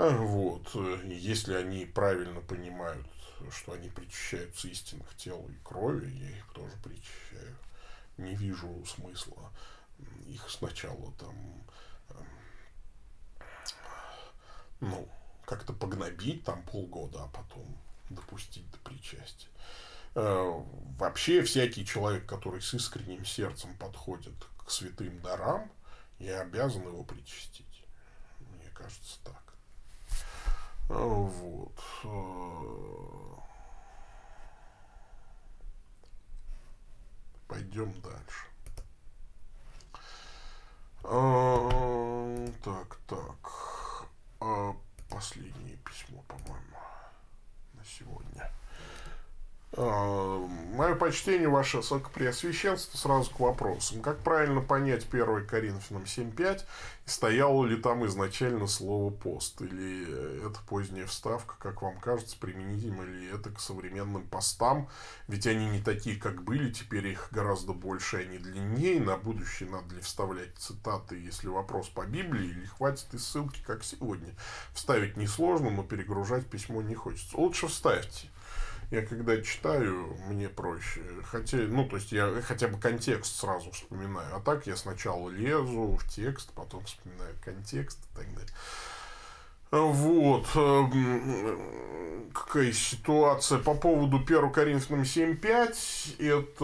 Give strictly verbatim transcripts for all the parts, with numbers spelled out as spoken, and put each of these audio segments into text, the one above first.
Вот. Если они правильно понимают, что они причащаются истинных тел и крови, я их тоже причащаю. Не вижу смысла их сначала там, ну, как-то погнобить там полгода, а потом допустить до причастия. Вообще, всякий человек, который с искренним сердцем подходит к святым дарам, я обязан его причастить. Мне кажется, так. Вот. Пойдем дальше. Так, так. Последнее письмо, по-моему, на сегодня. Мое почтение, ваше высокопреосвященство, сразу к вопросам. Как правильно понять первое Коринфянам семь пять? Стояло ли там изначально слово пост? Или это поздняя вставка, как вам кажется, применимо ли это к современным постам? Ведь они не такие, как были, теперь их гораздо больше, они длиннее. На будущее надо ли вставлять цитаты, если вопрос по Библии, или хватит и ссылки, как сегодня? Вставить несложно, но перегружать письмо не хочется. Лучше вставьте. Я когда читаю, мне проще. Хотя, ну, то есть, я хотя бы контекст сразу вспоминаю. А так я сначала лезу в текст, потом вспоминаю контекст и так далее. Вот. Какая ситуация по поводу первого Коринфянам семь пять.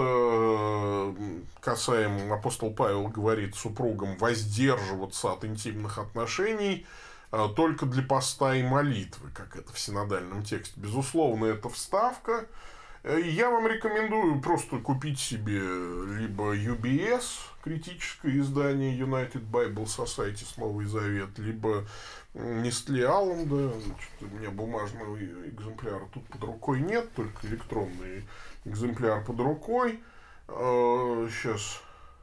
Это касаемо, апостол Павел говорит супругам воздерживаться от интимных отношений только для поста и молитвы, как это в синодальном тексте. Безусловно, это вставка. Я вам рекомендую просто купить себе либо ю би эс, критическое издание United Bible Society с Новый Завет, либо Нестле Алленда. У меня бумажного экземпляра тут под рукой нет, только электронный экземпляр под рукой. Сейчас...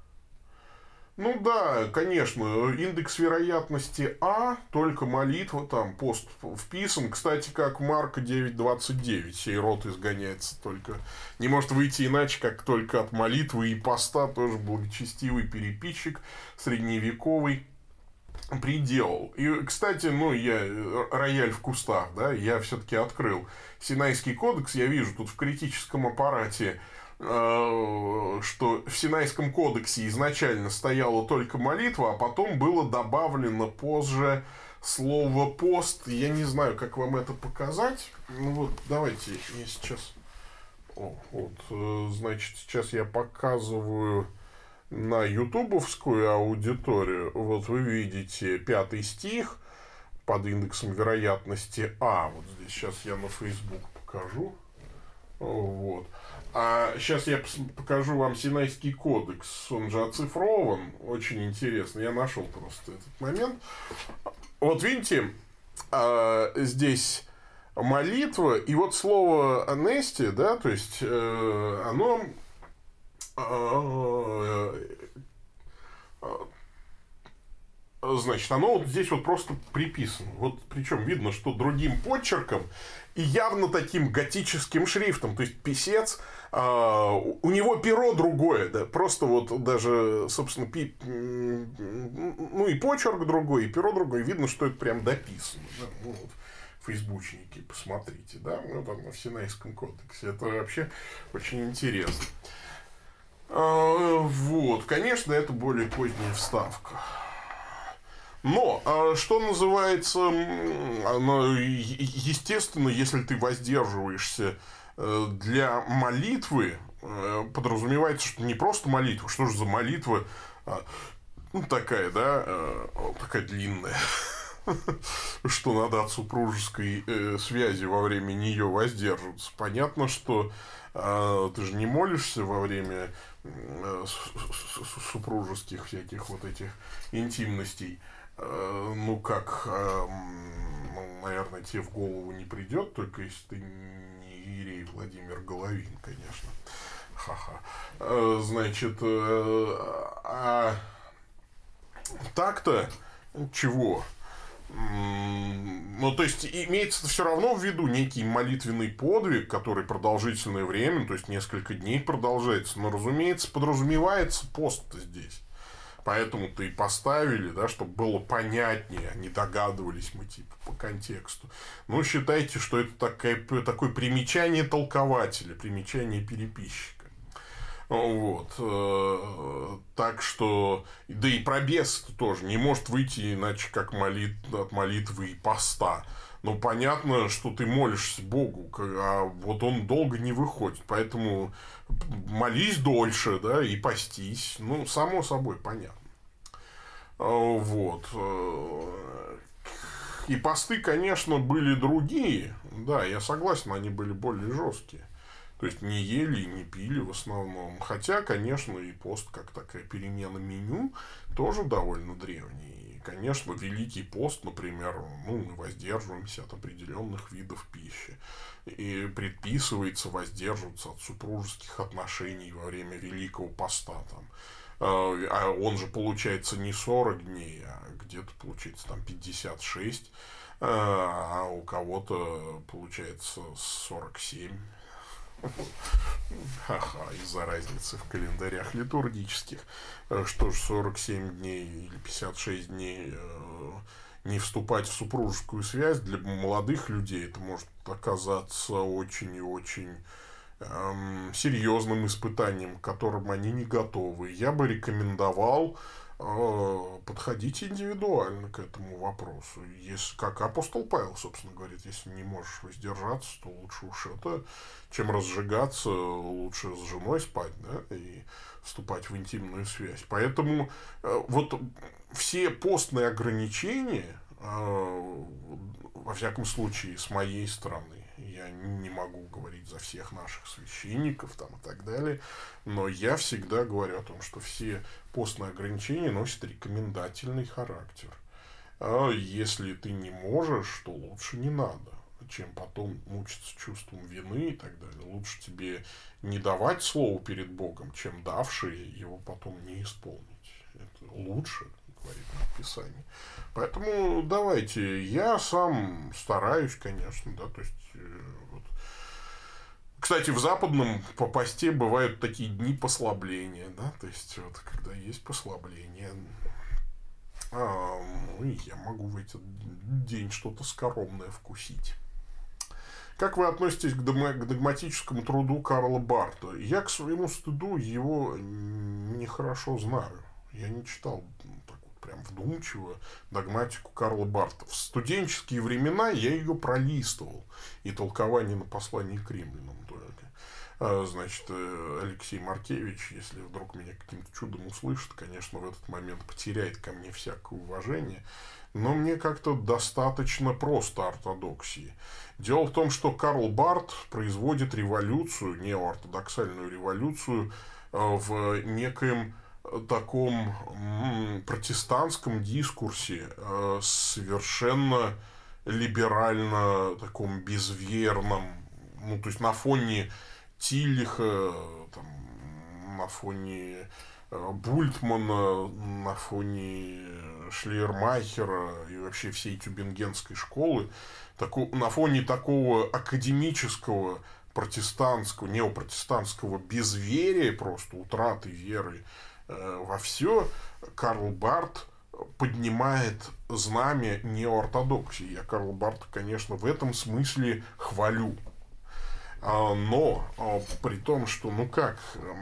Ну да, конечно, индекс вероятности А, только молитва, там пост вписан. Кстати, как Марка девять двадцать девять, сей род изгоняется только. Не может выйти иначе, как только от молитвы и поста, тоже благочестивый переписчик средневековый приделал. И, кстати, ну, я рояль в кустах, да, я все-таки открыл Синайский кодекс, я вижу тут в критическом аппарате, что в Синайском кодексе изначально стояла только молитва, а потом было добавлено позже слово пост. Я не знаю, как вам это показать. Ну вот, давайте я сейчас... О, вот, значит, сейчас я показываю на ютубовскую аудиторию. Вот вы видите пятый стих под индексом вероятности А. Вот здесь сейчас я на Facebook покажу. Вот. А сейчас я покажу вам Синайский кодекс. Он же оцифрован. Очень интересно. Я нашел просто этот момент. Вот видите, здесь молитва. И вот слово «анести», да, то есть оно... Значит, оно вот здесь вот просто приписано. Вот причем видно, что другим почерком и явно таким готическим шрифтом. То есть писец, э, у него перо другое, да, просто вот даже, собственно, пи, ну и почерк другой, и перо другое. Видно, что это прям дописано. Да? Ну, вот, фейсбучники, посмотрите, да, ну, там в Синайском кодексе. Это вообще очень интересно. Э, вот, конечно, это более поздняя вставка. Но, что называется, естественно, если ты воздерживаешься для молитвы, подразумевается, что не просто молитва, что же за молитва, ну, такая, да, такая длинная, что надо от супружеской связи во время нее воздерживаться. Понятно, что ты же не молишься во время супружеских всяких вот этих интимностей. Ну, как, ну, наверное, тебе в голову не придет, только если ты не иерей Владимир Головин, конечно. Ха-ха. Значит, а так-то чего? Ну, то есть, имеется все равно в виду некий молитвенный подвиг, который продолжительное время, то есть, несколько дней продолжается. Но, разумеется, подразумевается пост здесь. Поэтому-то и поставили, да, чтобы было понятнее, не догадывались мы типа по контексту. Ну, считайте, что это такое, такое примечание толкователя, примечание переписчика. Вот. Так что, да и про беса тоже не может выйти иначе, как молит, от молитвы и поста. Ну, понятно, что ты молишься Богу, а вот он долго не выходит. Поэтому молись дольше, да, и постись. Ну, само собой, понятно. Вот. И посты, конечно, были другие. Да, я согласен, они были более жесткие. То есть, не ели и не пили в основном. Хотя, конечно, и пост, как такая перемена меню, тоже довольно древний. И, конечно, Великий пост, например, ну, мы воздерживаемся от определенных видов пищи. И предписывается воздерживаться от супружеских отношений во время Великого поста. Там. А он же получается не сорок дней, а где-то получается там пятьдесят шесть, а у кого-то получается сорок семь. Ха-ха, из-за разницы в календарях литургических. Что ж, сорок семь дней или пятьдесят шесть дней не вступать в супружескую связь для молодых людей, это может оказаться очень и очень эм, серьезным испытанием, к которым они не готовы. Я бы рекомендовал э, подходить индивидуально к этому вопросу. Если, как апостол Павел, собственно, говорит, если не можешь воздержаться, то лучше уж это, чем разжигаться, лучше с женой спать, да, и вступать в интимную связь. Поэтому э, вот все постные ограничения, э, во всяком случае, с моей стороны, я не могу говорить за всех наших священников там, и так далее, но я всегда говорю о том, что все постные ограничения носят рекомендательный характер. А если ты не можешь, то лучше не надо, чем потом мучиться чувством вины и так далее. Лучше тебе не давать слово перед Богом, чем давшие его потом не исполнить. Это лучше, говорит Писание. Поэтому давайте, я сам стараюсь, конечно, да, то есть э, вот. Кстати, в западном по посте бывают такие дни послабления, да, то есть вот когда есть послабление, а, ну и я могу в этот день что-то скоромное вкусить. Как вы относитесь к догматическому труду Карла Барта? Я, к своему стыду, его нехорошо знаю. Я не читал так вот прям вдумчиво догматику Карла Барта. В студенческие времена я ее пролистывал. И толкование на послании к римлянам только. Значит, Алексей Маркевич, если вдруг меня каким-то чудом услышит, конечно, в этот момент потеряет ко мне всякое уважение. Но мне как-то достаточно просто ортодоксии. Дело в том, что Карл Барт производит революцию, неоортодоксальную революцию в некоем таком протестантском дискурсе, совершенно либерально таком безверном, ну, то есть на фоне Тиллиха, там, на фоне Бультмана, на фоне Шлейермахера и вообще всей тюбингенской школы, тако, на фоне такого академического протестантского, неопротестантского безверия, просто утраты веры э, во все, Карл Барт поднимает знамя неортодоксии. Я Карла Барта, конечно, в этом смысле хвалю. А, но а, при том, что, ну как,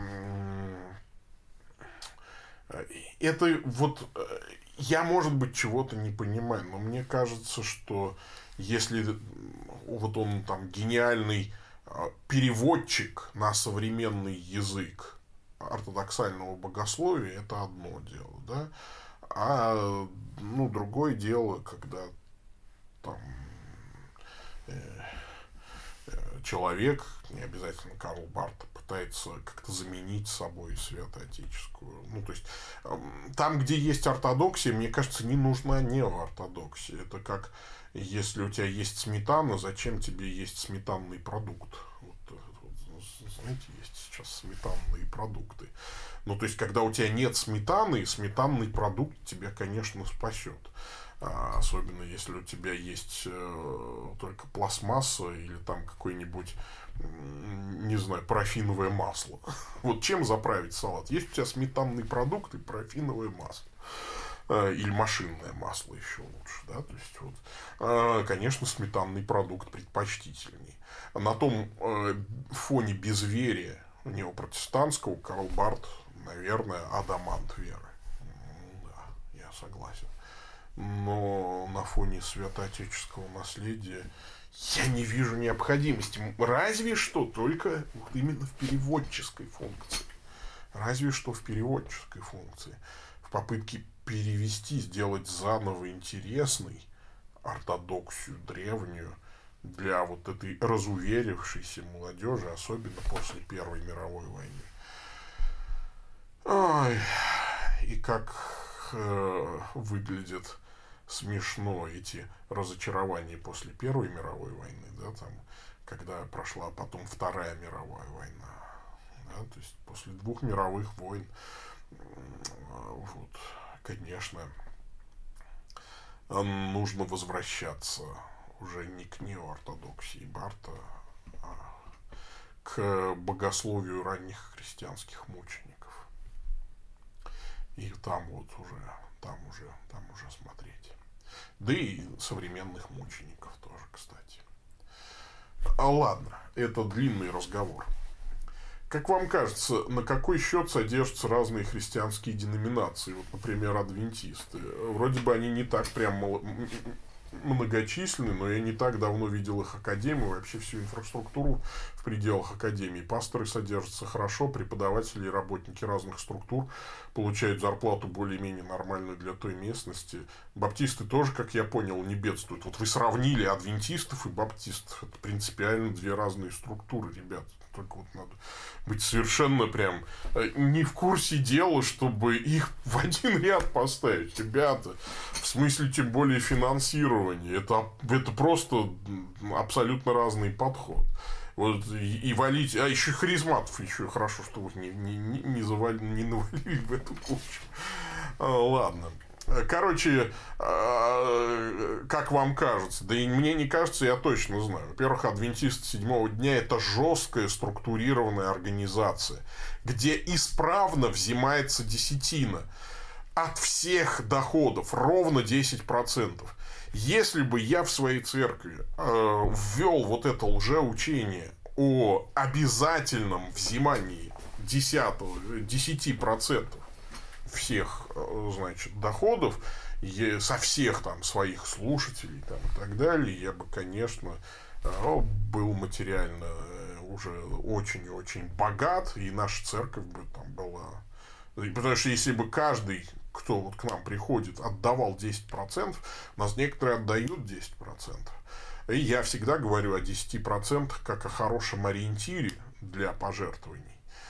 э, это вот... Я, может быть, чего-то не понимаю, но мне кажется, что если вот он там гениальный переводчик на современный язык ортодоксального богословия, это одно дело, да, а ну, другое дело, когда там э, человек, не обязательно Карл Барт, пытается как-то заменить собой святоотеческую. Ну, то есть, там, где есть ортодоксия, мне кажется, не нужна неоортодоксия. Это как, если у тебя есть сметана, зачем тебе есть сметанный продукт? Вот, вот, знаете, есть сейчас сметанные продукты. Ну, то есть, когда у тебя нет сметаны, сметанный продукт тебя, конечно, спасет. А, особенно, если у тебя есть э, только пластмасса или там какой-нибудь, не знаю, парафиновое масло. Вот чем заправить салат? Есть у тебя сметанный продукт и парафиновое масло. Или машинное масло еще лучше, да, то есть вот, конечно, сметанный продукт предпочтительней. На том фоне безверия неопротестантского Карл Барт, наверное, адамант веры. Да, я согласен. Но на фоне святоотеческого наследия я не вижу необходимости. Разве что только вот именно в переводческой функции. Разве что в переводческой функции. В попытке перевести, сделать заново интересной ортодоксию древнюю для вот этой разуверившейся молодежи, особенно после Первой мировой войны. Ой, и как э, выглядят смешно эти разочарования после Первой мировой войны, да, там, когда прошла потом Вторая мировая война. Да, то есть после двух мировых войн, вот, конечно, нужно возвращаться уже не к неоортодоксии Барта, а к богословию ранних христианских мучеников. И там вот уже, там уже, там уже смотреть. Да и современных мучеников тоже, кстати. А ладно, это длинный разговор. Как вам кажется, на какой счет содержатся разные христианские деноминации? Вот, например, адвентисты. Вроде бы они не так прям многочисленны, но я не так давно видел их академию, вообще всю инфраструктуру в пределах академии. Пасторы содержатся хорошо, преподаватели и работники разных структур получают зарплату более-менее нормальную для той местности. Баптисты тоже, как я понял, не бедствуют. Вот вы сравнили адвентистов и баптистов. Это принципиально две разные структуры, ребят. Только вот надо быть совершенно прям не в курсе дела, чтобы их в один ряд поставить. Ребята, в смысле, тем более финансирования. Это, это просто абсолютно разный подход. Вот, и, и валить, а еще харизматов, еще хорошо, что вы не, не, не, завали, не навалили в эту кучу. А, ладно. Короче, как вам кажется, да и мне не кажется, я точно знаю. Во-первых, адвентисты седьмого дня – это жесткая структурированная организация, где исправно взимается десятина от всех доходов, ровно десять процентов. Если бы я в своей церкви э, ввел вот это лжеучение о обязательном взимании десяти процентов всех, значит, доходов со всех там своих слушателей там, и так далее, я бы, конечно, был материально уже очень и очень богат, и наша церковь бы там была. Потому что если бы каждый, кто вот к нам приходит, отдавал десять процентов, у нас некоторые отдают десять процентов. И я всегда говорю о десяти процентах как о хорошем ориентире для пожертвований.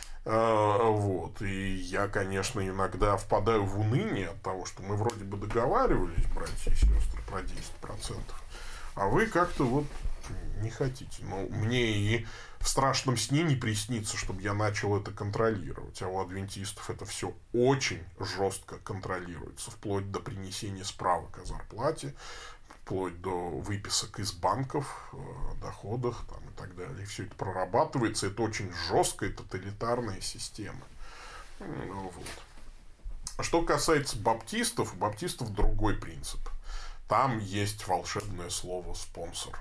Вот. И я, конечно, иногда впадаю в уныние от того, что мы вроде бы договаривались, братья и сестры, про десять процентов, а вы как-то вот не хотите. Но мне и в страшном сне не приснится, чтобы я начал это контролировать. А у адвентистов это все очень жестко контролируется, вплоть до принесения справок о зарплате, вплоть до выписок из банков, о доходах там, и так далее. И все это прорабатывается. Это очень жесткая тоталитарная система. Ну, вот. Что касается баптистов, у баптистов другой принцип. Там есть волшебное слово «спонсор».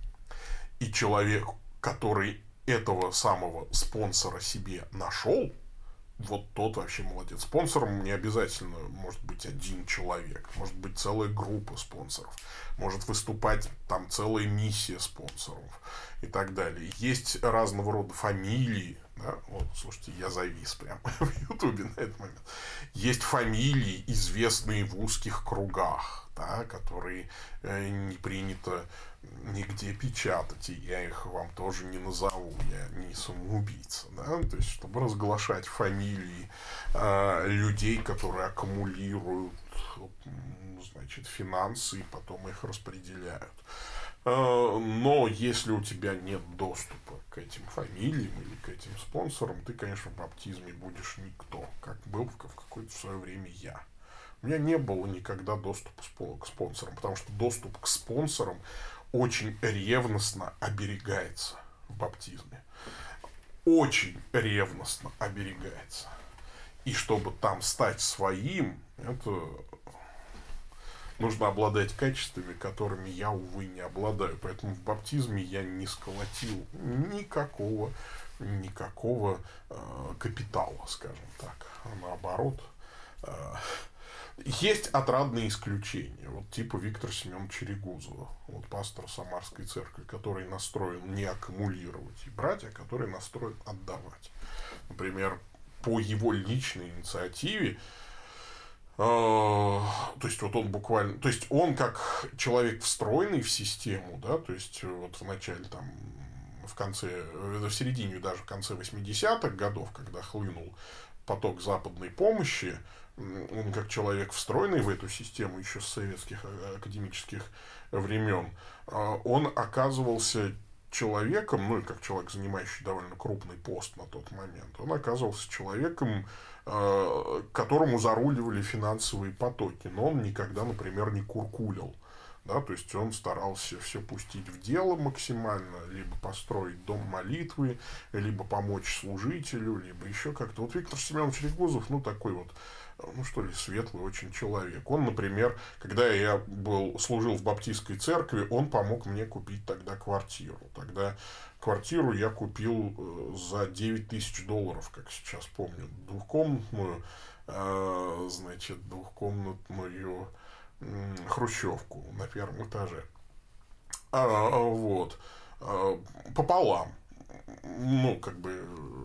И человек, который этого самого спонсора себе нашел, вот тот вообще молодец. Спонсором не обязательно может быть один человек. Может быть целая группа спонсоров. Может выступать там целая миссия спонсоров и так далее. Есть разного рода фамилии. Да? Вот, слушайте, я завис прямо в Ютубе на этот момент. Есть фамилии, известные в узких кругах, да, которые э, не принято нигде печатать, и я их вам тоже не назову, я не самоубийца, да, то есть, чтобы разглашать фамилии э, людей, которые аккумулируют, значит, финансы и потом их распределяют. Э, но если у тебя нет доступа к этим фамилиям или к этим спонсорам, ты, конечно, в баптизме будешь никто, как был в какое-то свое время я. У меня не было никогда доступа к спонсорам, потому что доступ к спонсорам очень ревностно оберегается в баптизме. Очень ревностно оберегается. И чтобы там стать своим, это нужно обладать качествами, которыми я, увы, не обладаю. Поэтому в баптизме я не сколотил никакого, никакого э, капитала, скажем так. А наоборот, э, есть отрадные исключения. Вот типа Виктора Семеновича Регузова, вот пастора Самарской церкви, который настроен не аккумулировать и брать, а который настроен отдавать. Например, по его личной инициативе, э, то есть вот он буквально, то есть он как человек встроенный в систему, да, то есть вот в начале там, в конце, в середине даже в конце восьмидесятых годов, когда хлынул поток западной помощи, он как человек встроенный в эту систему еще с советских академических времен, он оказывался человеком, ну и как человек, занимающий довольно крупный пост на тот момент, он оказывался человеком, которому заруливали финансовые потоки, но он никогда, например, не куркулил. Да, то есть он старался все пустить в дело максимально, либо построить дом молитвы, либо помочь служителю, либо еще как-то. Вот Виктор Семенович Регузов, ну, такой вот, ну, что ли, светлый очень человек. Он, например, когда я был, служил в баптистской церкви, он помог мне купить тогда квартиру. Тогда квартиру я купил за девять тысяч долларов, как сейчас помню, двухкомнатную, значит, двухкомнатную хрущевку на первом этаже. А, вот. Пополам. Ну, как бы,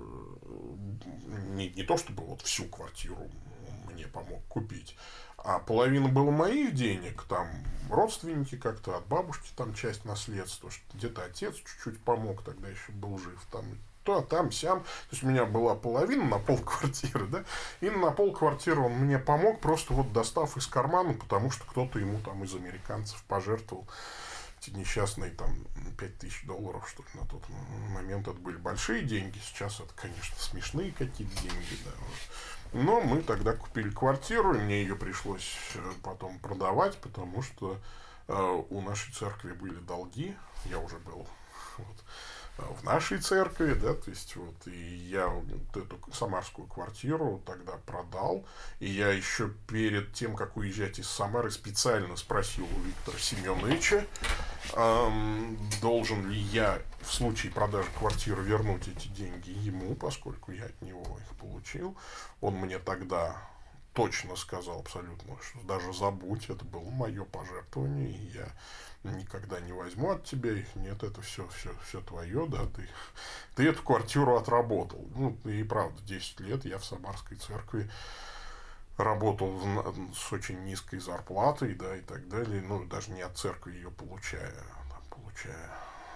не, не то чтобы вот всю квартиру мне помог купить, а половина было моих денег, там родственники как-то, от бабушки там часть наследства, где-то отец чуть-чуть помог, тогда еще был жив, там то, там, сям. То есть у меня была половина на полквартиры, да, и на полквартиры он мне помог, просто вот достав из кармана, потому что кто-то ему там из американцев пожертвовал эти несчастные там пять тысяч долларов, что ли, на тот момент. Это были большие деньги, сейчас это, конечно, смешные какие-то деньги, да. Но мы тогда купили квартиру, и мне ее пришлось потом продавать, потому что э, у нашей церкви были долги, я уже был вот в нашей церкви, да, то есть вот, и я вот эту самарскую квартиру тогда продал, и я еще перед тем, как уезжать из Самары, специально спросил у Виктора Семеновича, эм, должен ли я в случае продажи квартиры вернуть эти деньги ему, поскольку я от него их получил. Он мне тогда точно сказал абсолютно, что даже забудь, это было мое пожертвование, и я никогда не возьму от тебя их, нет, это все, все, все твое, да, ты, ты эту квартиру отработал. Ну, и правда, десять лет я в Самарской церкви работал в, с очень низкой зарплатой, да, и так далее, ну, даже не от церкви ее получая, а получая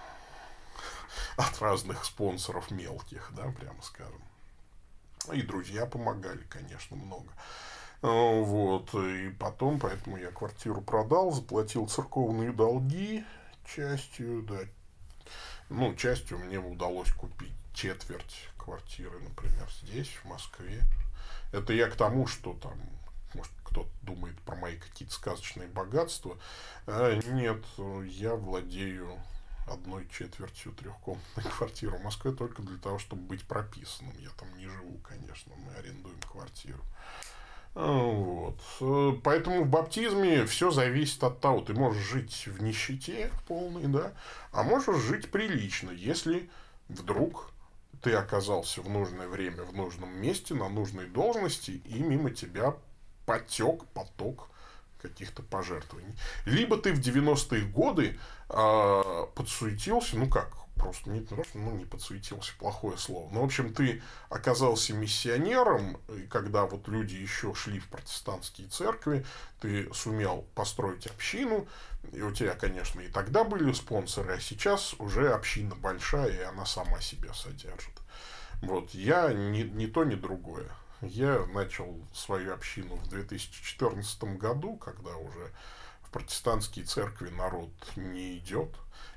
от разных спонсоров мелких, да, прямо скажем. И друзья помогали, конечно, много. Вот, и потом, поэтому я квартиру продал, заплатил церковные долги частью, да. Ну, частью мне удалось купить четверть квартиры, например, здесь, в Москве. Это я к тому, что там, может, кто-то думает про мои какие-то сказочные богатства. А нет, я владею одной четвертью трехкомнатной квартиры в Москве только для того, чтобы быть прописанным. Я там не живу, конечно, мы арендуем квартиру. Вот. Поэтому в баптизме все зависит от того, ты можешь жить в нищете полной, да, а можешь жить прилично, если вдруг ты оказался в нужное время, в нужном месте, на нужной должности, и мимо тебя потек поток каких-то пожертвований. Либо ты в девяностые годы э, подсуетился, ну как, просто не, ну, не подсуетился, плохое слово. Но, в общем, ты оказался миссионером, и когда вот люди еще шли в протестантские церкви, ты сумел построить общину, и у тебя, конечно, и тогда были спонсоры, а сейчас уже община большая, и она сама себя содержит. Вот, я ни, ни то, ни другое. Я начал свою общину в две тысячи четырнадцатом году, когда уже в протестантские церкви народ не идет.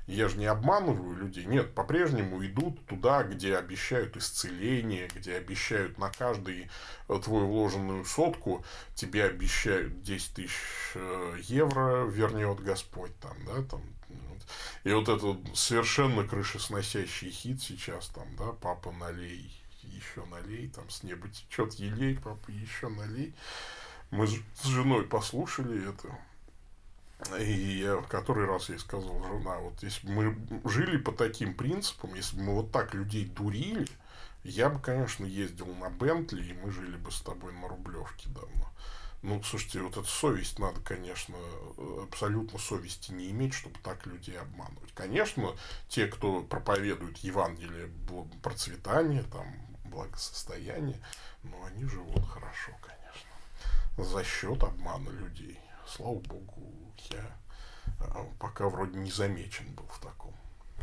Я же не обманываю людей. Нет, по-прежнему идут туда, где обещают исцеление, где обещают на каждый твою вложенную сотку, тебе обещают десять тысяч евро вернет Господь. Там, да, там, и вот этот совершенно крышесносящий хит сейчас, там, да, папа, налей, еще налей, там, с неба течет елей, папа, еще налей. Мы с женой послушали это. И я в который раз ей сказал: жена, вот если бы мы жили по таким принципам, если бы мы вот так людей дурили, я бы, конечно, ездил на Бентли, и мы жили бы с тобой на Рублевке давно. Ну, слушайте, вот эту совесть надо, конечно, абсолютно совести не иметь, чтобы так людей обманывать. Конечно, те, кто проповедует Евангелие процветания, там, благосостояния, но они живут хорошо, конечно, за счет обмана людей. Слава богу, я пока вроде не замечен был в таком.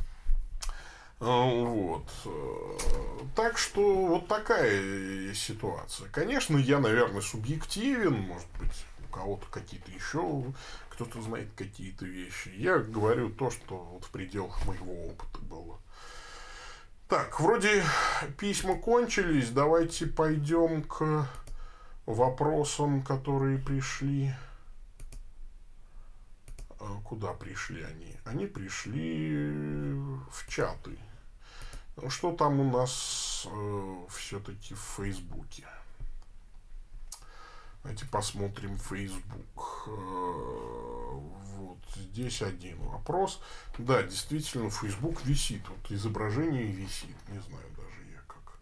Вот. Так что вот такая ситуация. Конечно, я, наверное, субъективен, может быть, у кого-то какие-то еще, кто-то знает какие-то вещи. Я говорю то, что вот в пределах моего опыта было. Так, вроде письма кончились, давайте пойдем к вопросам, которые пришли. Куда пришли они? Они пришли в чаты. Что там у нас э, все-таки в Фейсбуке? Давайте посмотрим Фейсбук. Э, вот здесь один вопрос. Да, действительно, Фейсбук висит. Вот изображение висит. Не знаю даже я как.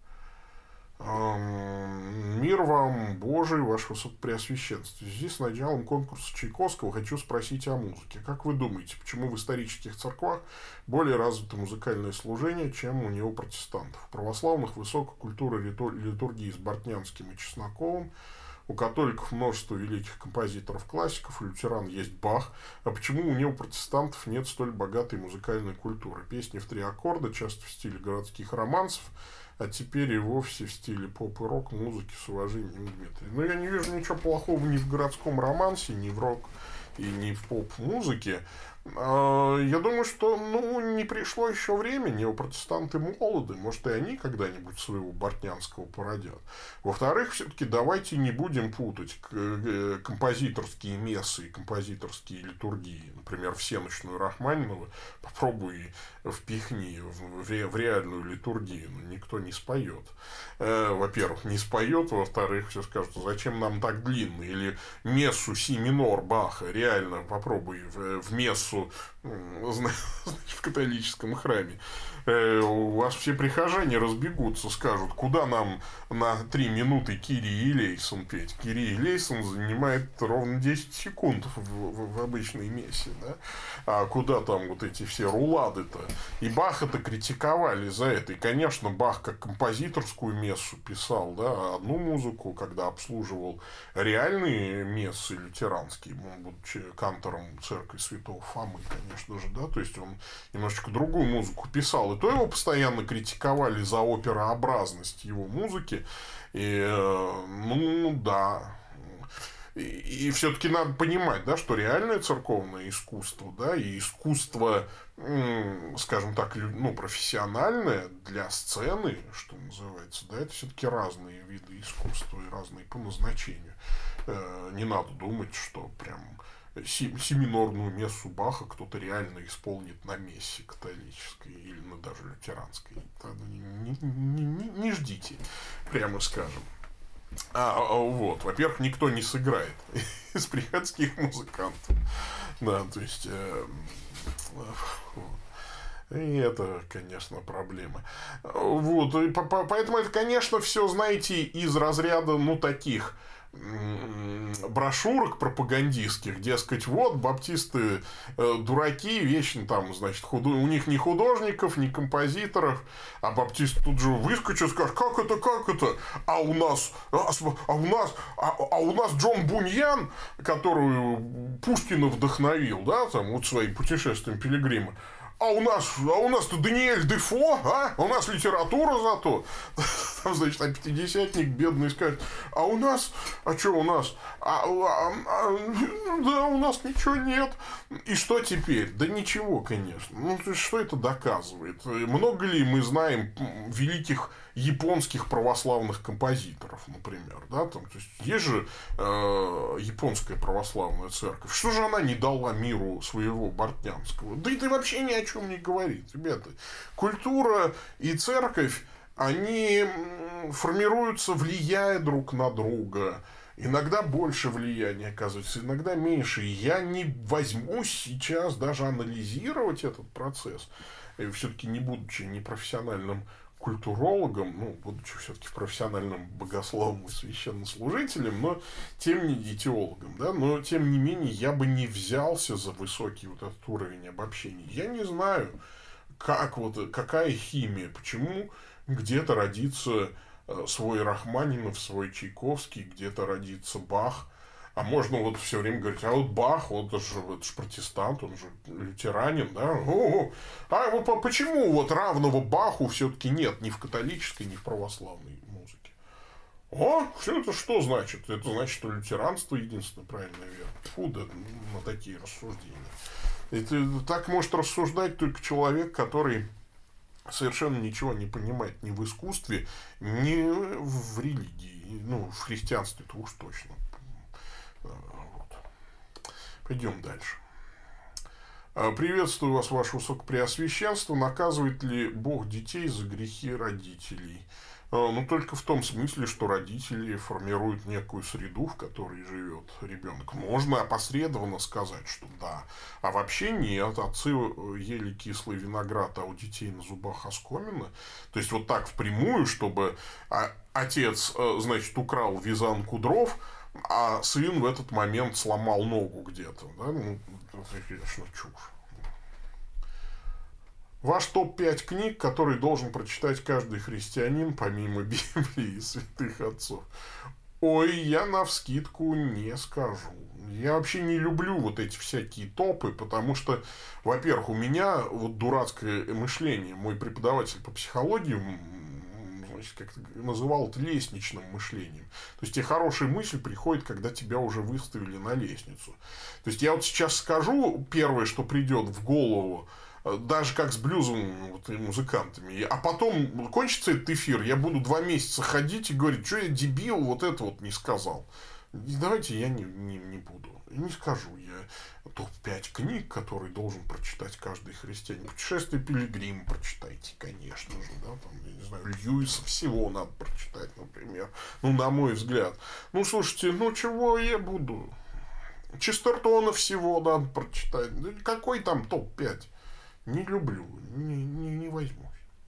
Эм, мир вам Божий, ваше высокопреосвященство. Здесь с началом конкурса Чайковского хочу спросить о музыке. Как вы думаете, почему в исторических церквах более развито музыкальное служение, чем у неопротестантов? У православных высокая культура литургии с Бортнянским и Чесноковым. У католиков множество великих композиторов-классиков, у лютеран есть Бах. А почему у неопротестантов нет столь богатой музыкальной культуры? Песни в три аккорда, часто в стиле городских романсов, а теперь и вовсе в стиле поп и рок музыки, с уважением, Дмитрий. Но я не вижу ничего плохого ни в городском романсе, ни в рок и ни в поп-музыке. Я думаю, что ну, не пришло еще время, неопротестанты молоды, может, и они когда-нибудь своего Бортнянского породят. Во-вторых, все-таки давайте не будем путать композиторские мессы и композиторские литургии. Например, всеночную Рахманинова попробуй впихни в реальную литургию, но никто не споет. Во-первых, не споет, во-вторых, все скажут, зачем нам так длинно? Или мессу си минор Баха реально попробуй в мессу в католическом храме. У вас все прихожане разбегутся, скажут, куда нам на три минуты Кирий Элейсон петь. Кирий Элейсон занимает ровно десять секунд в, в, в обычной мессе, да? А куда там вот эти все рулады-то? И Баха-то критиковали за это. И, конечно, Бах как композиторскую мессу писал, да, одну музыку, когда обслуживал реальные мессы лютеранские, будучи кантором церкви Святого Фомы, конечно же, да, то есть он немножечко другую музыку писал. И то его постоянно критиковали за оперообразность его музыки. И, ну, да. И, и все-таки надо понимать, да, что реальное церковное искусство, да, и искусство, скажем так, ну, профессиональное для сцены, что называется, да, это все-таки разные виды искусства и разные по назначению. Не надо думать, что прям семинорную мессу Баха кто-то реально исполнит на мессе католической или на даже лютеранской. Не, не, не, не ждите, прямо скажем. А, вот, во-первых, никто не сыграет из приходских музыкантов. Да, то есть э, и это, конечно, проблема. Вот, и по, по, поэтому это, конечно, все, знаете, из разряда, ну, таких брошюрок пропагандистских, дескать, вот, баптисты э, дураки, вечно там, значит, худо... у них ни художников, ни композиторов, а баптисты тут же выскочат, скажут, как это, как это, а у нас, а, а у нас, а, а у нас Джон Буньян, который Пушкина вдохновил, да, там, вот своим путешествием пилигрима, а у нас, а у нас-то Даниэль Дефо, а? У нас литература зато. Там, значит, а пятидесятник бедный скажет, а у нас, а что у нас? А, а, а, да, у нас ничего нет. И что теперь? Да ничего, конечно. Ну, то есть, что это доказывает? Много ли мы знаем великих японских православных композиторов, например, да, там, то есть, есть же э, японская православная церковь. Что же она не дала миру своего Бортнянского? Да это вообще ни о чем не говорит, ребята. Культура и церковь, они формируются, влияя друг на друга. Иногда больше влияния оказывается, иногда меньше. Я не возьмусь сейчас даже анализировать этот процесс, все-таки не будучи непрофессиональным культурологом, ну, будучи все-таки профессиональным богословом и священнослужителем, но тем не и теологом, да, но тем не менее я бы не взялся за высокий вот этот уровень обобщения. Я не знаю, как вот, какая химия, почему где-то родится свой Рахманинов, свой Чайковский, где-то родится Бах. А можно вот все время говорить, а вот Бах, вот это же, это же протестант, он же лютеранин, да? О-о-о. А вот почему вот равного Баху все-таки нет ни в католической, ни в православной музыке? О, все это что значит? Это значит, что лютеранство единственная правильная вера. Фу, да, на такие рассуждения. Это, так может рассуждать только человек, который совершенно ничего не понимает ни в искусстве, ни в религии. Ну, в христианстве-то уж точно. Вот. Пойдем дальше. Приветствую вас, ваше высокопреосвященство. Наказывает ли Бог детей за грехи родителей? Ну, только в том смысле, что родители формируют некую среду, в которой живет ребенок. Можно опосредованно сказать, что да. А вообще нет. Отцы ели кислый виноград, а у детей на зубах оскомина. То есть, вот так впрямую, чтобы отец, значит, украл вязанку дров, а сын в этот момент сломал ногу где-то. Да? Ну, это, конечно, чушь. Ваш топ пять книг, которые должен прочитать каждый христианин, помимо Библии и святых отцов. Ой, я навскидку не скажу. Я вообще не люблю вот эти всякие топы, потому что, во-первых, у меня вот дурацкое мышление. Мой преподаватель по психологии как-то называл это лестничным мышлением. То есть, тебе хорошая мысль приходит, когда тебя уже выставили на лестницу. То есть, я вот сейчас скажу первое, что придет в голову, даже как с блюзовыми вот, музыкантами. А потом кончится этот эфир, я буду два месяца ходить и говорить, что я дебил, вот это вот не сказал. И давайте я не, не, не буду. Не скажу я топ пять книг, которые должен прочитать каждый христианин. «Путешествие Пилигрима» прочитайте, конечно же. Да? Там, я не знаю, Льюиса всего надо прочитать, например. Ну, на мой взгляд. Ну, слушайте, ну, чего я буду? Честертона всего надо прочитать. Какой там топ пять? Не люблю, не, не, не возьмусь.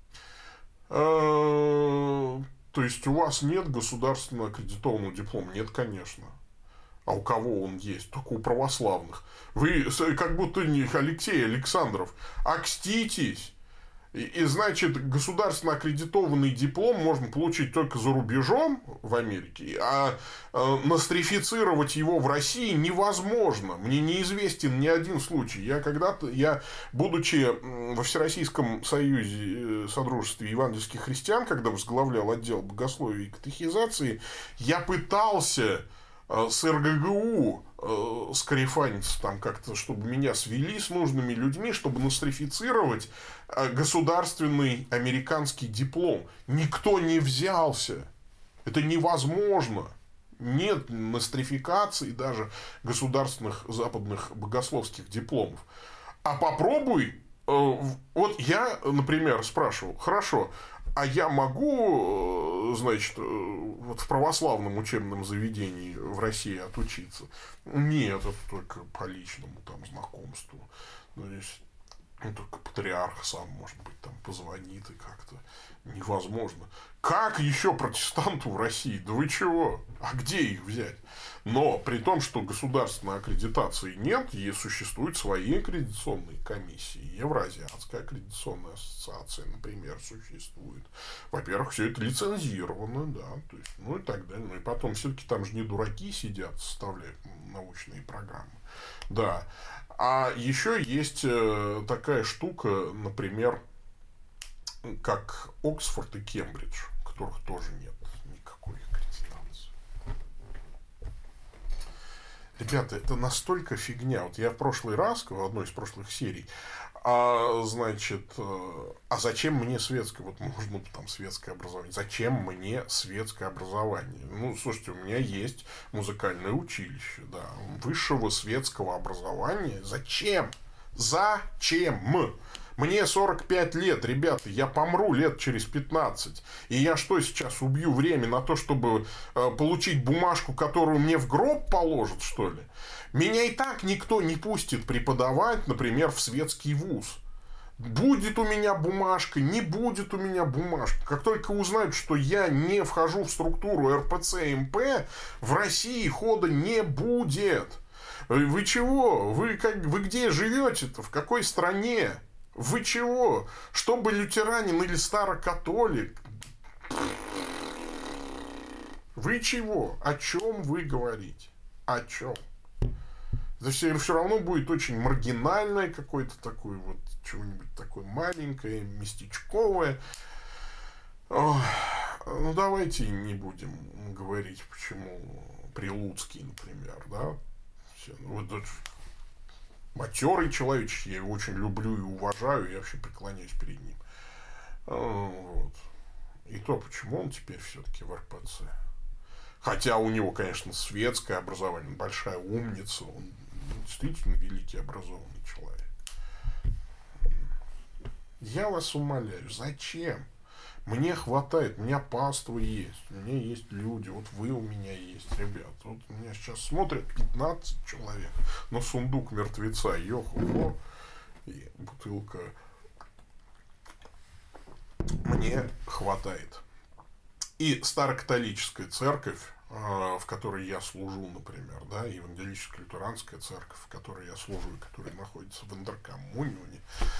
То есть, у вас нет государственно аккредитованного диплома? Нет, конечно. А у кого он есть? Только у православных. Вы как будто не Алексей Александров. Окститесь. И, и, значит, государственно аккредитованный диплом можно получить только за рубежом в Америке, а э, нострифицировать его в России невозможно. Мне неизвестен ни один случай. Я когда-то, я, будучи во Всероссийском союзе Содружестве евангельских христиан, когда возглавлял отдел богословия и катехизации, я пытался с эр гэ гэ у э, скарифаниться там как-то, чтобы меня свели с нужными людьми, чтобы нострифицировать э, государственный американский диплом. Никто не взялся. Это невозможно. Нет нострификации даже государственных западных богословских дипломов. А попробуй, э, вот я, например, спрашивал, хорошо, а я могу, значит, вот в православном учебном заведении в России отучиться? Нет, это только по личному там знакомству. Ну, здесь ну, только патриарх сам, может быть, там позвонит и как-то невозможно. Как еще протестанту в России? Да вы чего? А где их взять? Но при том, что государственной аккредитации нет, и существуют свои аккредитационные комиссии. Евразиатская аккредитационная ассоциация, например, существует. Во-первых, все это лицензировано, да, то есть, ну и так далее. Ну и потом, все-таки там же не дураки сидят, составляют научные программы. Да. А еще есть такая штука, например, как Оксфорд и Кембридж. Кто которых тоже нет никакой аккредитации. Ребята, это настолько фигня. Вот я в прошлый раз, в одной из прошлых серий, а, значит, а зачем мне светское, вот можно там светское образование, зачем мне светское образование? Ну, слушайте, у меня есть музыкальное училище, да, высшего светского образования. Зачем? Зачем? Мне сорок пять лет, ребята, я помру лет через пятнадцать. И я что, сейчас убью время на то, чтобы э, получить бумажку, которую мне в гроб положат, что ли? Меня и так никто не пустит преподавать, например, в светский вуз. Будет у меня бумажка, не будет у меня бумажка. Как только узнают, что я не вхожу в структуру эр пэ цэ эм пэ, в России хода не будет. Вы чего? Вы, как, вы где живете-то? В какой стране? Вы чего? Чтобы лютеранин или старокатолик? Вы чего? О чем вы говорите? О чем? Это все, все равно будет очень маргинальное какое-то такое вот, чего-нибудь такое маленькое, местечковое. Ох, ну, давайте не будем говорить, почему Прилуцкий, например, да? Все, ну, вот, матерый человечек, я его очень люблю и уважаю, я вообще преклоняюсь перед ним. Вот. И то, почему он теперь все-таки в эр пэ цэ. Хотя у него, конечно, светское образование, он большая умница, он действительно великий образованный человек. Я вас умоляю, зачем? Мне хватает, у меня паства есть, у меня есть люди, вот вы у меня есть, ребят. Вот меня сейчас смотрят пятнадцать человек, но сундук мертвеца, йоху, и бутылка. Мне хватает. И старокатолическая церковь, в которой я служу, например, да, евангелическая лютеранская церковь, в которой я служу, и которая находится в Интеркоммунионе,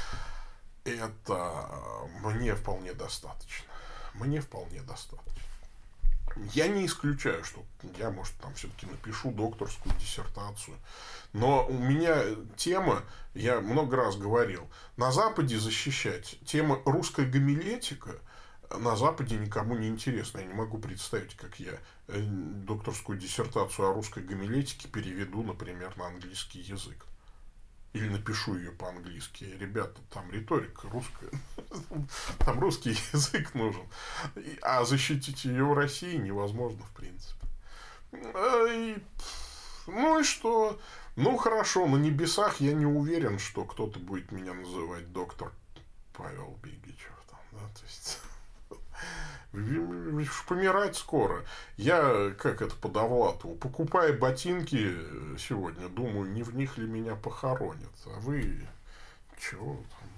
это мне вполне достаточно. Мне вполне достаточно. Я не исключаю, что я, может, там все-таки напишу докторскую диссертацию. Но у меня тема, я много раз говорил, на Западе защищать тема русская гомилетика на Западе никому не интересно. Я не могу представить, как я докторскую диссертацию о русской гомилетике переведу, например, на английский язык. Или напишу ее по-английски. Ребята, там риторика русская. Там русский язык нужен. А защитить ее в России невозможно, в принципе. Ну и что? Ну хорошо, на небесах я не уверен, что кто-то будет меня называть доктор Павел Бигичев. Там, да? То есть... Помирать скоро. Я, как это по Довлатову, покупая ботинки сегодня, думаю, не в них ли меня похоронят. А вы чего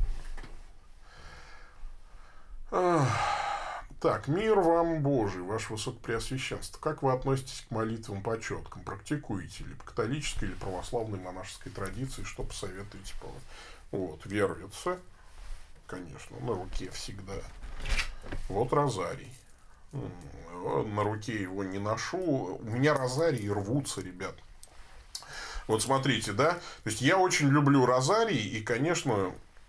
там? Так, мир вам Божий, ваше Высокопреосвященство. Как вы относитесь к молитвам по четкам? Практикуете ли по католической или православной монашеской традиции? Что посоветуете? Вот, вервица, конечно, на руке всегда. Вот розарий. На руке его не ношу. У меня розарии рвутся, ребят. Вот смотрите, да. То есть я очень люблю розарий. И, конечно,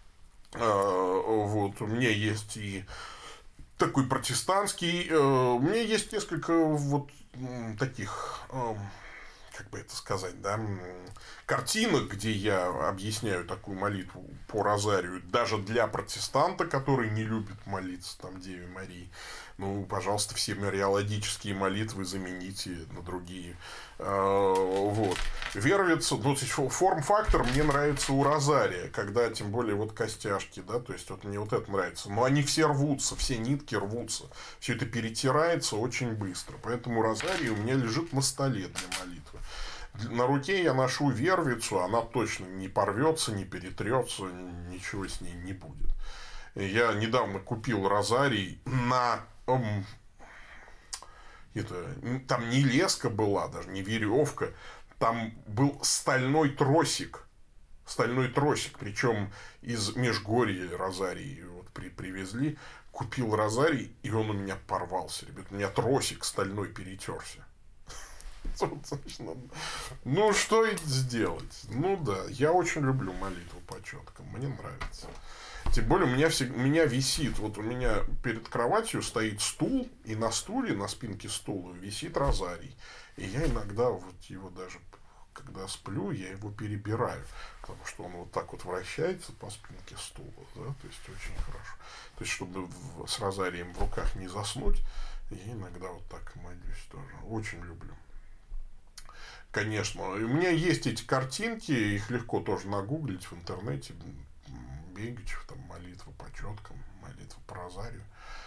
вот у меня есть и такой протестантский. У меня есть несколько вот таких, как бы это сказать, да, картинок, где я объясняю такую молитву по розарию, даже для протестанта, который не любит молиться там Деве Марии. Ну, пожалуйста, все мариологические молитвы замените на другие. Вот. Вервица, ну, форм-фактор мне нравится у розария, когда, тем более, вот костяшки, да, то есть, вот мне вот это нравится. Но они все рвутся, все нитки рвутся. Все это перетирается очень быстро. Поэтому розарий у меня лежит на столе для молитвы. На руке я ношу вервицу, она точно не порвется, не перетрется, ничего с ней не будет. Я недавно купил розарий на... Это, там не леска была, даже не веревка, там был стальной тросик. Стальной тросик, причем из Межгорья розарий вот при, привезли. Купил розарий, и он у меня порвался, ребят. У меня тросик стальной перетерся. Ну, что сделать? Ну да, я очень люблю молитву по четкам, мне нравится. Тем более у меня, всег... у меня висит, вот у меня перед кроватью стоит стул, и на стуле, на спинке стула висит розарий. И я иногда вот его даже, когда сплю, я его перебираю, потому что он вот так вот вращается по спинке стула, да, то есть очень хорошо. То есть, чтобы в... с розарием в руках не заснуть, я иногда вот так молюсь тоже. Очень люблю. Конечно. У меня есть эти картинки, их легко тоже нагуглить в интернете. Бегичев, там, молитва по четкам, молитва по розарию.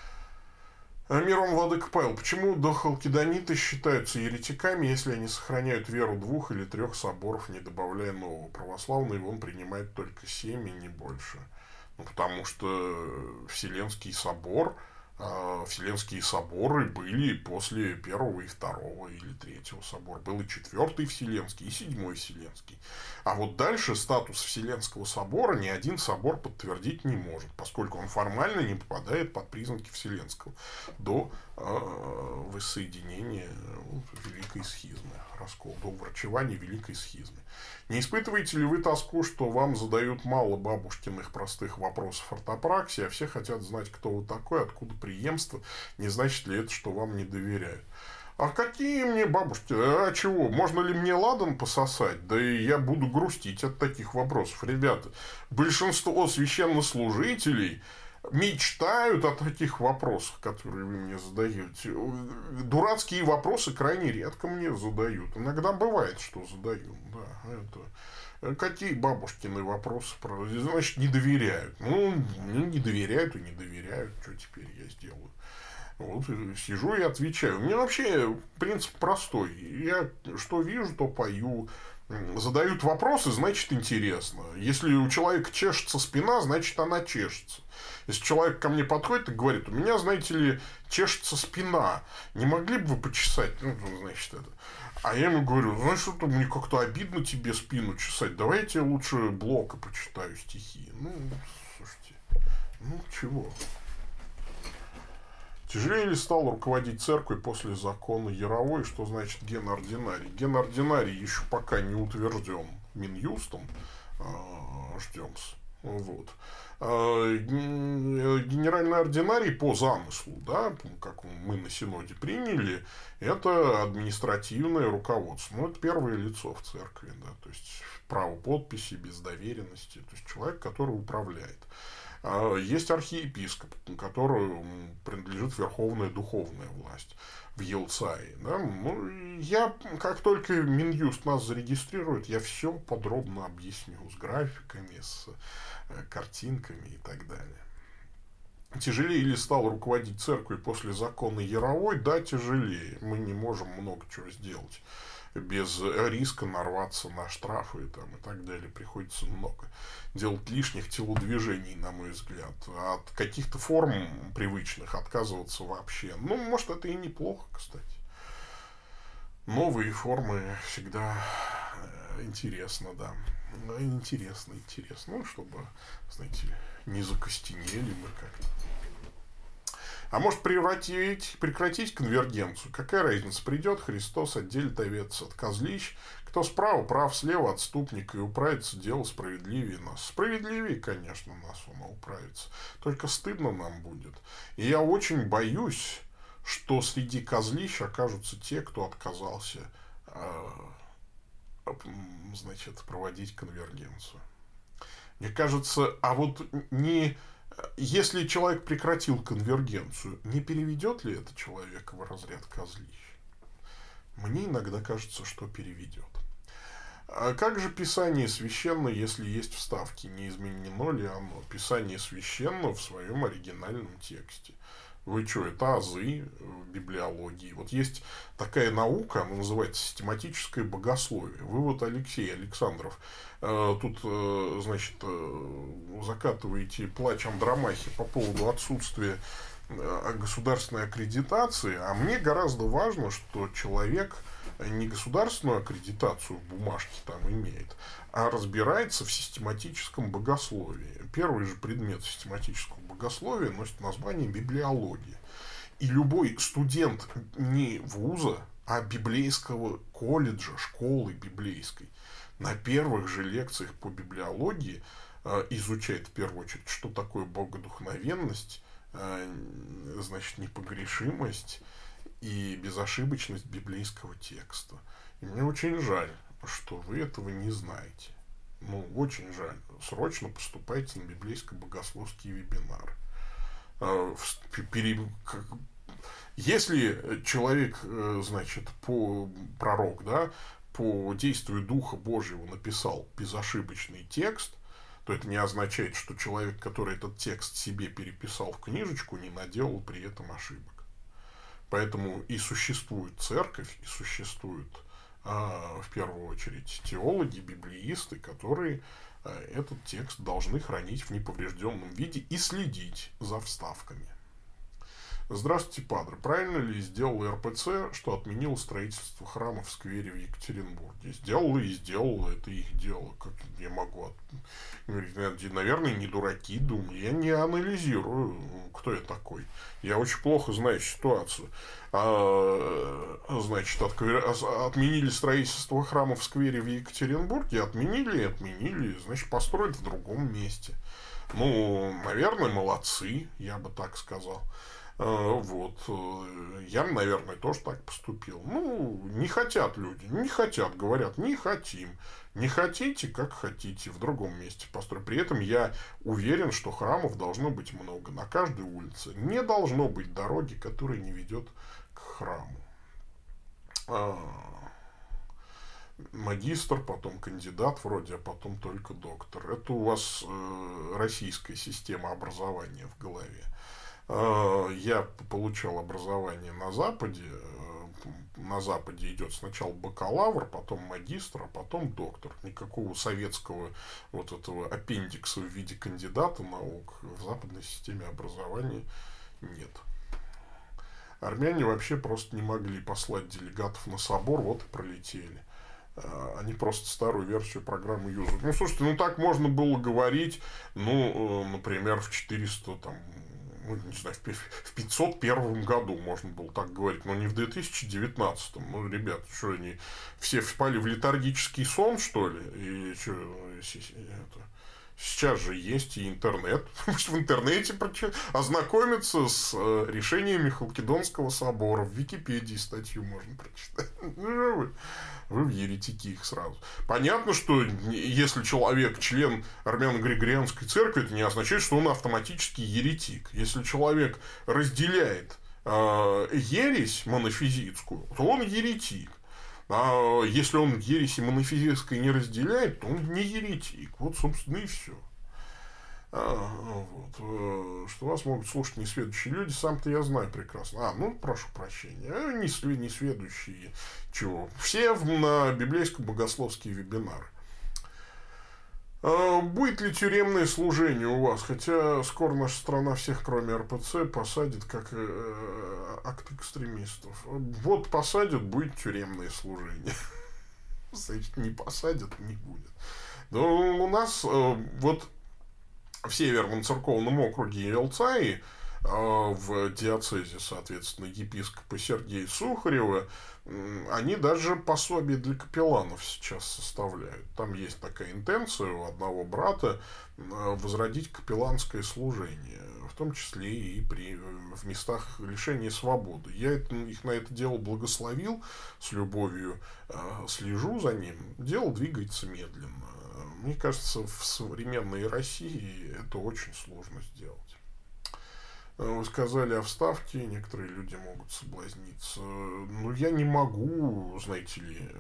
Мирон Владыка Павел. Почему дохалкидониты считаются еретиками, если они сохраняют веру двух или трех соборов, не добавляя нового? Православный он принимает только семь и не больше. Ну, потому что Вселенский собор, э, Вселенские соборы были после первого и второго или третьего собора. Был и четвертый Вселенский, и седьмой Вселенский. А вот дальше статус Вселенского собора ни один собор подтвердить не может, поскольку он формально не попадает под признаки Вселенского до э, воссоединения ну, Великой Схизмы, раскол, до врачевания Великой Схизмы. Не испытываете ли вы тоску, что вам задают мало бабушкиных простых вопросов ортопраксии, а все хотят знать, кто вы такой, откуда преемство, не значит ли это, что вам не доверяют? А какие мне бабушки? А чего? Можно ли мне ладан пососать? Да и я буду грустить от таких вопросов. Ребята, большинство священнослужителей мечтают о таких вопросах, которые вы мне задаете. Дурацкие вопросы крайне редко мне задают. Иногда бывает, что задают. Да, это... Какие бабушкины вопросы? Значит, не доверяют. Ну, не доверяют и не доверяют. Что теперь я сделаю? Вот, сижу и отвечаю. У меня вообще принцип простой. Я что вижу, то пою. Задают вопросы, значит, интересно. Если у человека чешется спина, значит, она чешется. Если человек ко мне подходит и говорит, у меня, знаете ли, чешется спина, не могли бы вы почесать? Ну, значит, это. А я ему говорю, знаешь, что-то мне как-то обидно тебе спину чесать. Давай я тебе лучше Блока почитаю стихи. Ну, слушайте, ну, чего? Тяжелее ли стало руководить церковью после закона Яровой? Что значит генординарий? Генординарий еще пока не утвержден Минюстом. Ждем. Вот. Генеральный ординарий по замыслу, да, как мы на Синоде приняли, это административное руководство. Ну, это первое лицо в церкви, да, то есть право подписи, без доверенности, то есть человек, который управляет. Есть архиепископ, которому принадлежит верховная духовная власть в Елцае. Да? Ну, я, как только Минюст нас зарегистрирует, я все подробно объясню с графиками, с картинками и так далее. Тяжелее ли стало руководить церковью после закона Яровой? Да, тяжелее. Мы не можем много чего сделать без риска нарваться на штрафы там, и так далее. Приходится много делать лишних телодвижений, на мой взгляд. От каких-то форм привычных отказываться вообще. Ну, может, это и неплохо, кстати. Новые формы всегда интересно, да. Интересно, интересно. Ну, чтобы, знаете, не закостенели мы как-то. А может превратить, прекратить конвергенцию? Какая разница? Придет Христос, отделит овец от козлищ. Кто справа, прав, слева отступник, и управится дело справедливее нас. Справедливее, конечно, нас оно управится. Только стыдно нам будет. И я очень боюсь, что среди козлищ окажутся те, кто отказался э, значит, проводить конвергенцию. Мне кажется, а вот не... Если человек прекратил конвергенцию, не переведет ли это человека в разряд козлищ? Мне иногда кажется, что переведет. А как же Писание священно, если есть вставки? Не изменено ли оно? Писание священно в своем оригинальном тексте. Вы что, это азы в библиологии. Вот есть такая наука, она называется систематическое богословие. Вы вот, Алексей Александров, тут, значит, закатываете плач Андромахи по поводу отсутствия государственной аккредитации, а мне гораздо важно, что человек не государственную аккредитацию в бумажке там имеет, а разбирается в систематическом богословии. Первый же предмет систематического богословия носит название библиология. И любой студент не вуза, а библейского колледжа, школы библейской, на первых же лекциях по библиологии изучает в первую очередь, что такое богодухновенность, значит, непогрешимость и безошибочность библейского текста. И мне очень жаль, что вы этого не знаете. Ну, очень жаль. Срочно поступайте на библейско-богословские вебинары. Если человек, значит, по пророк, да, по действию Духа Божьего написал безошибочный текст, то это не означает, что человек, который этот текст себе переписал в книжечку, не наделал при этом ошибок. Поэтому и существует церковь, и существуют в первую очередь теологи, библеисты, которые этот текст должны хранить в неповрежденном виде и следить за вставками. Здравствуйте, падре. Правильно ли сделал эр пэ цэ, что отменил строительство храма в сквере в Екатеринбурге? Сделала и сделала, это их дело. Как я могу от... говорить? Наверное, не дураки, думаю. Я не анализирую, кто я такой. Я очень плохо знаю ситуацию. А, значит, от... отменили строительство храма в сквере в Екатеринбурге, отменили и отменили, значит, построить в другом месте. Ну, наверное, молодцы, я бы так сказал. Вот. Я, наверное, тоже так поступил. Ну, не хотят люди, не хотят, говорят, не хотим. Не хотите, как хотите, в другом месте построить. При этом я уверен, что храмов должно быть много на каждой улице. Не должно быть дороги, которая не ведет к храму. Магистр, потом кандидат вроде, а потом только доктор. Это у вас российская система образования в голове. Я получал образование на Западе. На Западе идет сначала бакалавр, потом магистр, а потом доктор. Никакого советского вот этого аппендикса в виде кандидата наук в западной системе образования нет. Армяне вообще просто не могли послать делегатов на собор, вот и пролетели. Они просто старую версию программы юзают. Ну, слушайте, ну так можно было говорить, ну, например, в четыреста, там, ну, не знаю, в пятьсот первом году можно было так говорить, но не в две тысячи девятнадцатом. Ну, ребята, что они все впали в летаргический сон, что ли? И что, это... Сейчас же есть и интернет. В интернете ознакомиться с решениями Халкидонского собора. В Википедии статью можно прочитать. Вы, вы в еретики их сразу. Понятно, что если человек член армяно-григорианской церкви, это не означает, что он автоматически еретик. Если человек разделяет э, ересь монофизитскую, то он еретик. А если он ереси монофизической не разделяет, то он не еретик. Вот, собственно, и все. А, вот. Что вас могут слушать несведущие люди, сам-то я знаю прекрасно. А, ну, прошу прощения. Несведущие. Чего? Все на библейско-богословские вебинары. Будет ли тюремное служение у вас? Хотя скоро наша страна всех, кроме эр пэ цэ, посадит как э, акт экстремистов. Вот посадят, будет тюремное служение. Значит, не посадят, не будет. Но у нас э, вот в Северном церковном округе Елцаи, э, в диацезе, соответственно, епископа Сергея Сухарева, они даже пособие для капелланов сейчас составляют. Там есть такая интенция у одного брата возродить капелланское служение, в том числе и при, в местах лишения свободы. Я это, их на это дело благословил, с любовью слежу за ним. Дело двигается медленно. Мне кажется, в современной России это очень сложно сделать. Вы сказали о вставке, некоторые люди могут соблазниться. Но я не могу, знаете ли,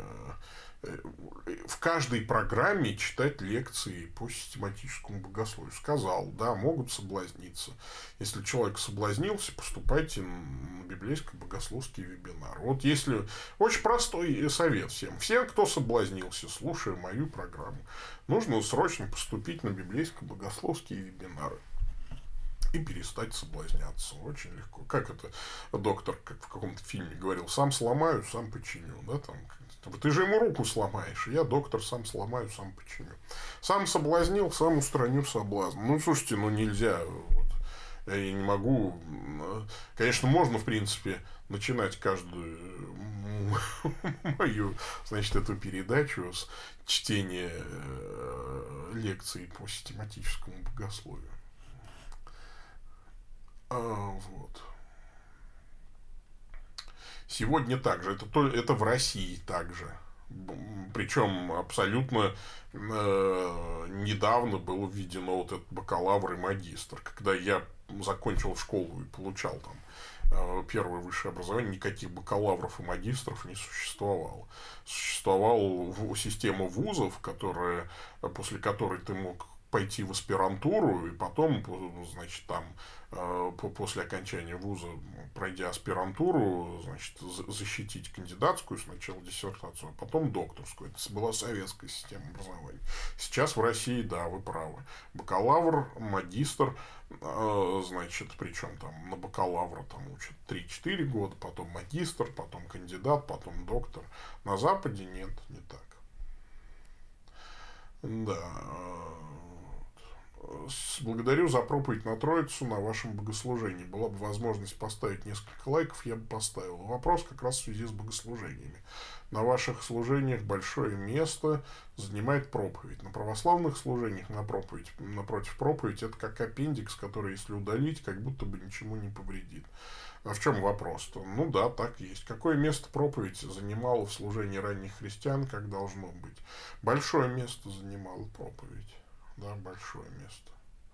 в каждой программе читать лекции по систематическому богословию. Сказал, да, могут соблазниться. Если человек соблазнился, поступайте на библейско-богословский вебинар. Вот если... Очень простой совет всем. Всем, кто соблазнился, слушая мою программу, нужно срочно поступить на библейско-богословские вебинары. И перестать соблазняться. Очень легко. Как это доктор, как в каком-то фильме говорил, сам сломаю, сам починю. Да, там, ты же ему руку сломаешь. Я, доктор, сам сломаю, сам починю. Сам соблазнил, сам устраню соблазн. Ну, слушайте, ну нельзя. Вот. Я не могу... Конечно, можно, в принципе, начинать каждую мою, значит, эту передачу с чтения лекций по систематическому богословию. А, вот. Сегодня также. Это, то, это в России также. Причем абсолютно э, недавно было введено вот этот бакалавр и магистр. Когда я закончил школу и получал там э, первое высшее образование, никаких бакалавров и магистров не существовало. Существовала система вузов, которая, после которой ты мог пойти в аспирантуру и потом, значит, там после окончания вуза, пройдя аспирантуру, значит, защитить кандидатскую сначала диссертацию, а потом докторскую. Это была советская система образования. Сейчас в России, да, вы правы. Бакалавр, магистр, значит, причем там на бакалавра там учат три-четыре года, потом магистр, потом кандидат, потом доктор. На Западе нет, не так. Да. Благодарю за проповедь на Троицу на вашем богослужении. Была бы возможность поставить несколько лайков, я бы поставил. Вопрос как раз в связи с богослужениями. На ваших служениях большое место занимает проповедь. На православных служениях на проповедь, напротив, проповедь это как аппендикс, который, если удалить, как будто бы ничему не повредит. А в чем вопрос-то? Ну да, так есть. Какое место проповедь занимала в служении ранних христиан, как должно быть? Большое место занимала проповедь. Да, большое место.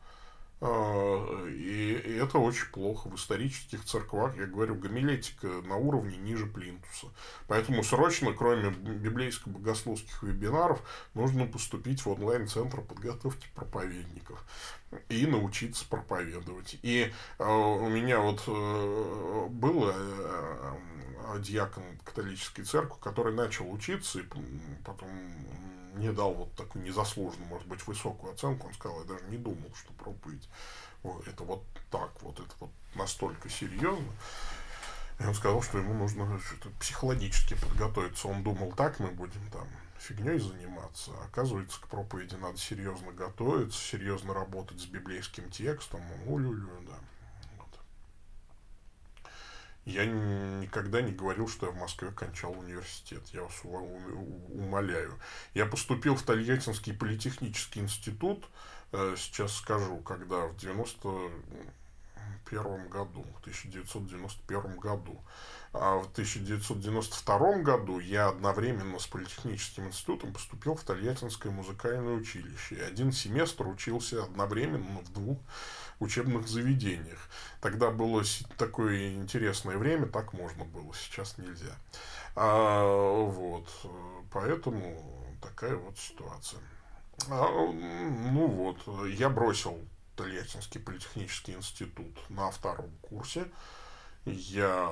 И это очень плохо. В исторических церквах, я говорю, гомилетика на уровне ниже плинтуса. Поэтому срочно, кроме библейско-богословских вебинаров, нужно поступить в онлайн-центр подготовки проповедников и научиться проповедовать. И у меня вот был диакон католической церкви, который начал учиться и потом не дал вот такую незаслуженную, может быть, высокую оценку. Он сказал, я даже не думал, что проповедь это вот так, вот это вот настолько серьезно. И он сказал, что ему нужно что-то психологически подготовиться. Он думал, так мы будем там фигней заниматься. А оказывается, к проповеди надо серьезно готовиться, серьезно работать с библейским текстом. Улю-лю, да. Я никогда не говорил, что я в Москве кончал университет. Я вас умоляю. Я поступил в Тольяттинский политехнический институт, сейчас скажу, когда в девяносто первом году, в тысяча девятьсот девяносто первом году. А в тысяча девятьсот девяносто втором году я одновременно с политехническим институтом поступил в Тольяттинское музыкальное училище. И один семестр учился одновременно в двух учебных заведениях. Тогда было такое интересное время, так можно было, сейчас нельзя. А, вот, поэтому такая вот ситуация. А, ну вот, я бросил Тольяттинский политехнический институт на втором курсе. Я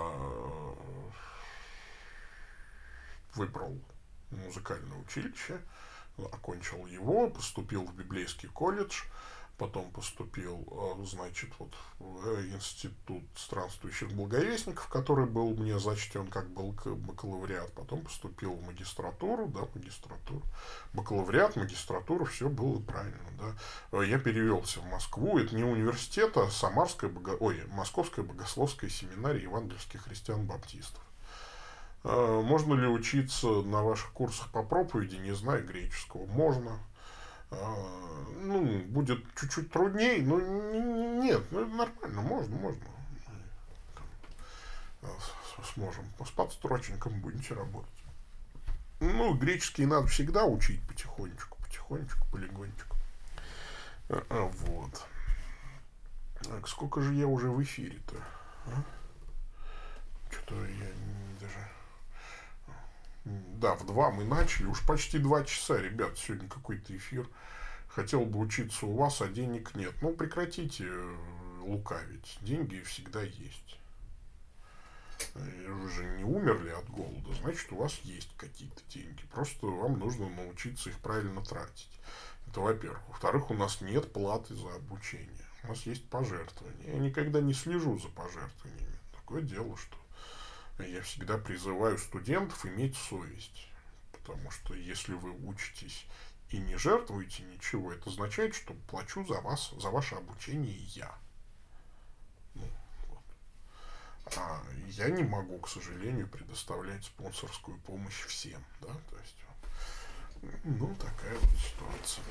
выбрал музыкальное училище, окончил его, поступил в библейский колледж, потом поступил, значит, вот в институт странствующих благовестников, который был мне зачтен как был бакалавриат, потом поступил в магистратуру, да, магистратуру, бакалавриат, магистратура, все было правильно, да. Я перевелся в Москву, это не университет, а Самарская, бого... ой, Московская богословская семинария евангельских христиан-баптистов. Можно ли учиться на ваших курсах по проповеди, не зная греческого? Можно. Ну, будет чуть-чуть труднее, но нет, ну, нормально, можно, можно. Сможем. С подстрочником будете работать. Ну, греческий надо всегда учить потихонечку, потихонечку, полигонечку. Вот. Так, сколько же я уже в эфире-то? А? Что-то я даже... Да, в два мы начали, уж почти два часа, ребят, сегодня какой-то эфир. Хотел бы учиться у вас, а денег нет. Ну, прекратите лукавить. Деньги всегда есть. Вы же не умерли от голода, значит, у вас есть какие-то деньги. Просто вам нужно научиться их правильно тратить. Это во-первых. Во-вторых, у нас нет платы за обучение. У нас есть пожертвования. Я никогда не слежу за пожертвованиями. Такое дело, что я всегда призываю студентов иметь совесть. Потому что если вы учитесь и не жертвуете ничего, это означает, что плачу за вас, за ваше обучение я. А я не могу, к сожалению, предоставлять спонсорскую помощь всем. Да? То есть, ну, такая вот ситуация.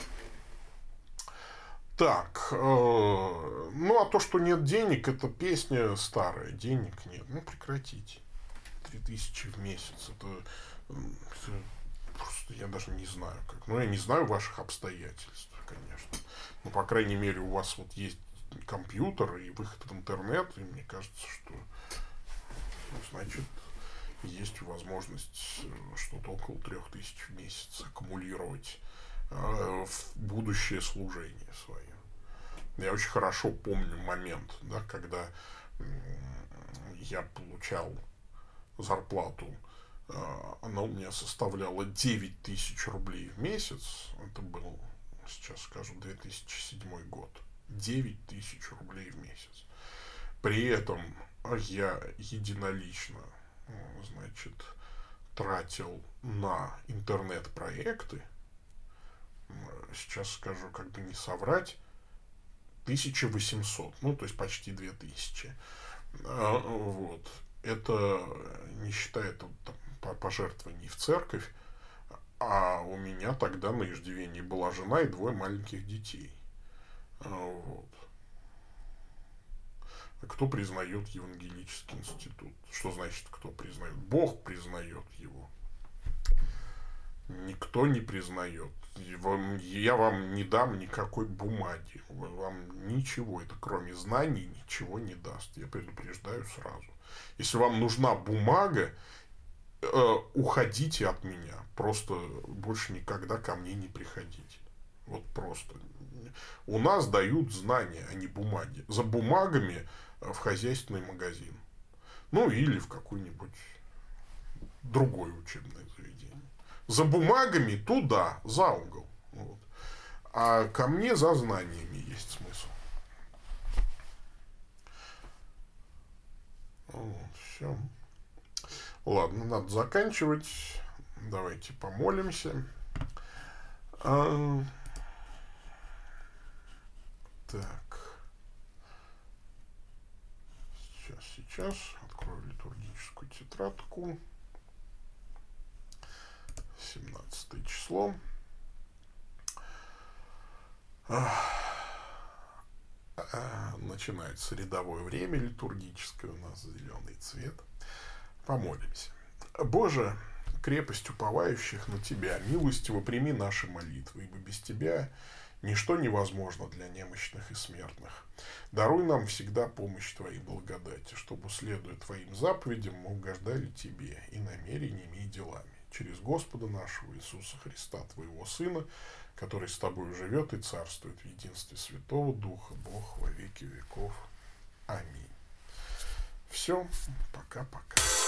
Так, э, ну, а то, что нет денег, это песня старая. Денег нет. Ну, прекратите. Три тысячи в месяц. Это, это просто я даже не знаю как. Ну, я не знаю ваших обстоятельств, конечно. Но, по крайней мере, у вас вот есть компьютер и выход в интернет, и мне кажется, что, ну, значит, есть возможность что-то около трех тысяч в месяц аккумулировать э, в будущее служение свое. Я очень хорошо помню момент, да, когда э, я получал зарплату, э, она у меня составляла девять тысяч рублей в месяц. Это был, сейчас скажу, две тысячи седьмой год. девять тысяч рублей в месяц. При этом я единолично, значит, тратил на интернет-проекты, сейчас скажу, как бы не соврать, тысяча восемьсот, ну, то есть почти две тысячи. Вот. Это не считая там пожертвований в церковь, а у меня тогда на иждивении была жена и двое маленьких детей. Вот. Кто признает евангелический институт? Что значит, кто признает? Бог признает его. Никто не признает. Я вам не дам никакой бумаги. Вам ничего, это кроме знаний, ничего не даст. Я предупреждаю сразу. Если вам нужна бумага, э, уходите от меня. Просто больше никогда ко мне не приходите. Вот просто. У нас дают знания, а не бумаги. За бумагами в хозяйственный магазин. Ну, или в какое-нибудь другое учебное заведение. За бумагами туда, за угол. Вот. А ко мне за знаниями есть смысл. Вот, все. Ладно, надо заканчивать. Давайте помолимся. А... Так. Сейчас, сейчас. Открою литургическую тетрадку. семнадцатое число. Начинается рядовое время литургическое, у нас зеленый цвет. Помолимся. Боже, крепость уповающих на Тебя, милостиво прими наши молитвы, ибо без Тебя ничто невозможно для немощных и смертных. Даруй нам всегда помощь Твоей благодати, чтобы, следуя Твоим заповедям, мы угождали Тебе и намерениями, и делами. Через Господа нашего Иисуса Христа, Твоего Сына, который с Тобой живет и царствует в единстве Святого Духа, Бог во веки веков. Аминь. Все, пока-пока.